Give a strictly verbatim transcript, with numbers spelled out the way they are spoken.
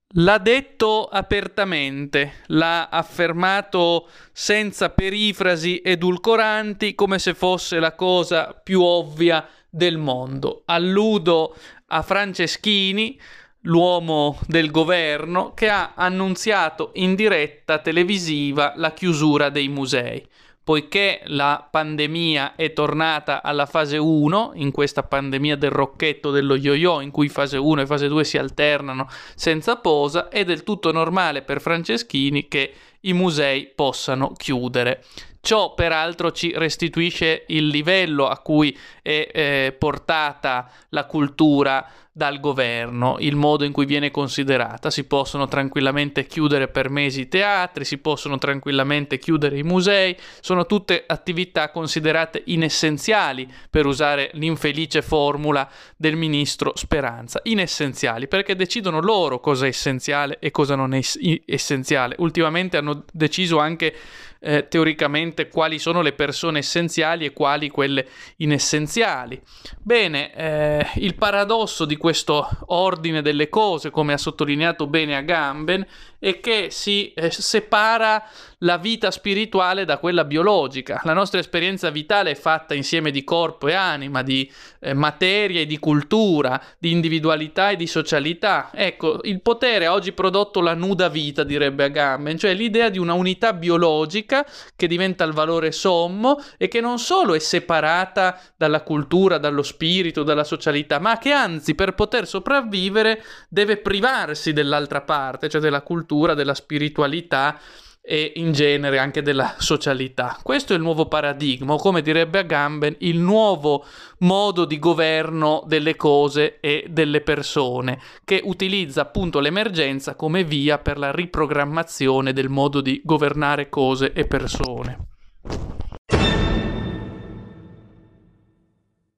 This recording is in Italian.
L'ha detto apertamente, l'ha affermato senza perifrasi edulcoranti, come se fosse la cosa più ovvia del mondo. Alludo a Franceschini, l'uomo del governo, che ha annunziato in diretta televisiva la chiusura dei musei. Poiché la pandemia è tornata alla fase uno, in questa pandemia del rocchetto dello yo-yo, in cui fase uno e fase due si alternano senza posa, è del tutto normale per Franceschini che i musei possano chiudere. Ciò peraltro ci restituisce il livello a cui è eh, portata la cultura dal governo, il modo in cui viene considerata. Si possono tranquillamente chiudere per mesi i teatri, si possono tranquillamente chiudere i musei, sono tutte attività considerate inessenziali, per usare l'infelice formula del ministro Speranza. Inessenziali, perché decidono loro cosa è essenziale e cosa non è essenziale. Ultimamente hanno deciso anche Eh, teoricamente quali sono le persone essenziali e quali quelle inessenziali. Bene, eh, il paradosso di questo ordine delle cose, come ha sottolineato bene Agamben, è che si eh, separa la vita spirituale da quella biologica. La nostra esperienza vitale è fatta insieme di corpo e anima, di eh, materia e di cultura, di individualità e di socialità. Ecco, il potere ha oggi prodotto la nuda vita, direbbe Agamben, cioè l'idea di una unità biologica che diventa il valore sommo e che non solo è separata dalla cultura, dallo spirito, dalla socialità, ma che anzi, per poter sopravvivere, deve privarsi dell'altra parte, cioè della cultura, della spiritualità e in genere anche della socialità. Questo è il nuovo paradigma, o come direbbe Agamben, il nuovo modo di governo delle cose e delle persone, che utilizza appunto l'emergenza come via per la riprogrammazione del modo di governare cose e persone.